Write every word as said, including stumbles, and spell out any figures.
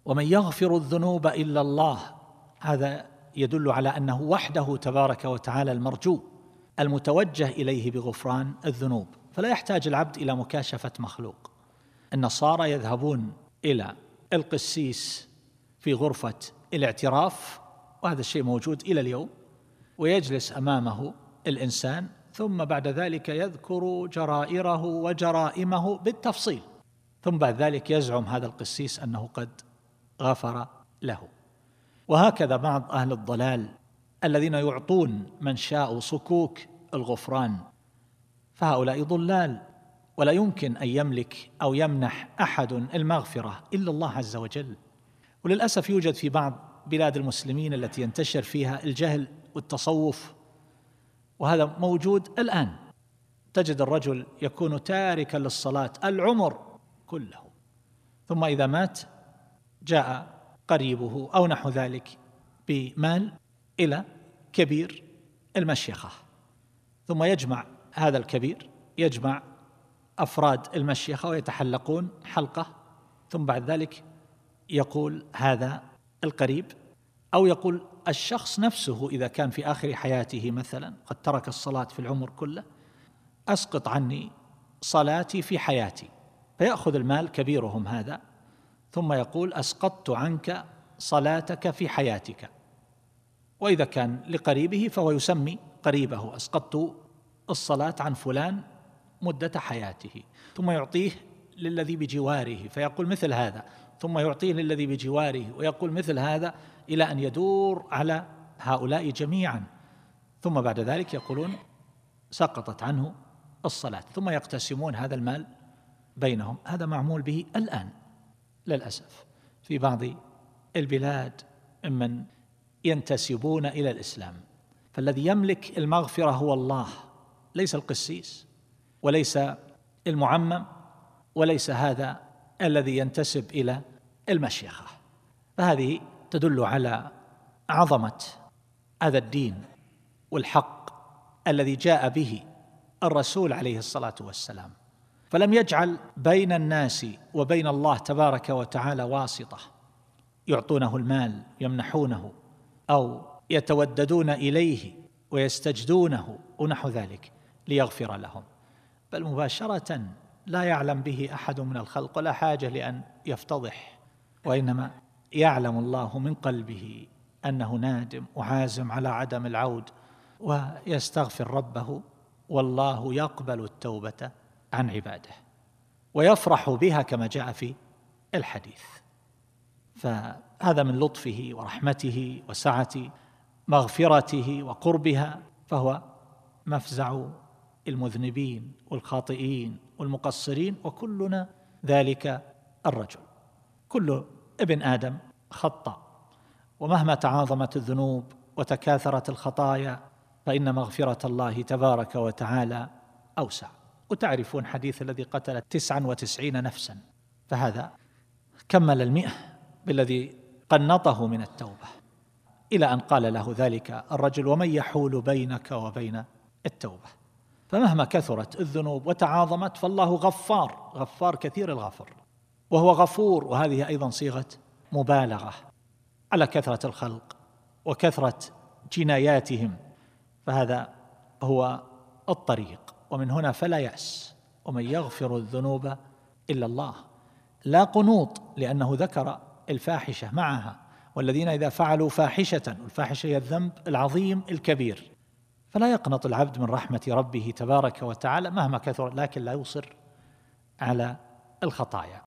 ومن يغفر الذنوب إلا الله، هذا يدل على أنه وحده تبارك وتعالى المرجو المتوجه إليه بغفران الذنوب، فلا يحتاج العبد إلى مكاشفة مخلوق. النصارى يذهبون إلى القسيس في غرفة الاعتراف، وهذا الشيء موجود إلى اليوم، ويجلس أمامه الإنسان ثم بعد ذلك يذكر جرائره وجرائمه بالتفصيل، ثم بعد ذلك يزعم هذا القسيس أنه قد غفر له. وهكذا بعض أهل الضلال الذين يعطون من شاء صكوك الغفران، فهؤلاء ضلال، ولا يمكن أن يملك أو يمنح أحد المغفرة إلا الله عز وجل. وللأسف يوجد في بعض بلاد المسلمين التي ينتشر فيها الجهل والتصوف، وهذا موجود الآن. تجد الرجل يكون تاركا للصلاة العمر كله، ثم إذا مات جاء قريبه أو نحو ذلك بمال إلى كبير المشيخة، ثم يجمع هذا الكبير يجمع أفراد المشيخة ويتحلقون حلقة، ثم بعد ذلك يقول هذا القريب أو يقول الشخص نفسه إذا كان في آخر حياته مثلا قد ترك الصلاة في العمر كله، أسقط عني صلاتي في حياتي، فيأخذ المال كبيرهم هذا ثم يقول أسقطت عنك صلاتك في حياتك. وإذا كان لقريبه فهو يسمي قريبه أسقطت الصلاة عن فلان مدة حياته، ثم يعطيه للذي بجواره فيقول مثل هذا، ثم يعطيه للذي بجواره ويقول مثل هذا، إلى أن يدور على هؤلاء جميعا، ثم بعد ذلك يقولون سقطت عنه الصلاة، ثم يقتسمون هذا المال بينهم. هذا معمول به الآن للأسف في بعض البلاد ممن ينتسبون إلى الإسلام. فالذي يملك المغفرة هو الله، ليس القسيس وليس المعمم وليس هذا الذي ينتسب إلى المشيخة. فهذه تدل على عظمة هذا الدين والحق الذي جاء به الرسول عليه الصلاة والسلام، فلم يجعل بين الناس وبين الله تبارك وتعالى واسطة يعطونه المال يمنحونه أو يتوددون إليه ويستجدونه ونحو ذلك ليغفر لهم، بل مباشرة لا يعلم به أحد من الخلق ولا حاجة لأن يفتضح، وإنما يعلم الله من قلبه أنه نادم وعازم على عدم العود ويستغفر ربه، والله يقبل التوبة عن عباده ويفرح بها كما جاء في الحديث. فهذا من لطفه ورحمته وسعة مغفرته وقربها، فهو مفزع المذنبين والخاطئين والمقصرين، وكلنا ذلك الرجل. كل ابن آدم خطأ، ومهما تعاظمت الذنوب وتكاثرت الخطايا فإن مغفرة الله تبارك وتعالى أوسع. وتعرفون حديث الذي قتل تسعا وتسعين نفسا، فهذا كمل المئة بالذي قنطه من التوبة، إلى أن قال له ذلك الرجل ومن يحول بينك وبين التوبة. فمهما كثرت الذنوب وتعاظمت فالله غفار، غفار كثير الغفر، وهو غفور، وهذه أيضا صيغة مبالغة على كثرة الخلق وكثرة جناياتهم، فهذا هو الطريق. ومن هنا فلا يأس، ومن يغفر الذنوب إلا الله. لا قنوط، لأنه ذكر الفاحشة معها، والذين إذا فعلوا فاحشة، الفاحشة هي الذنب العظيم الكبير، فلا يقنط العبد من رحمة ربه تبارك وتعالى مهما كثر، لكن لا يصر على الخطايا.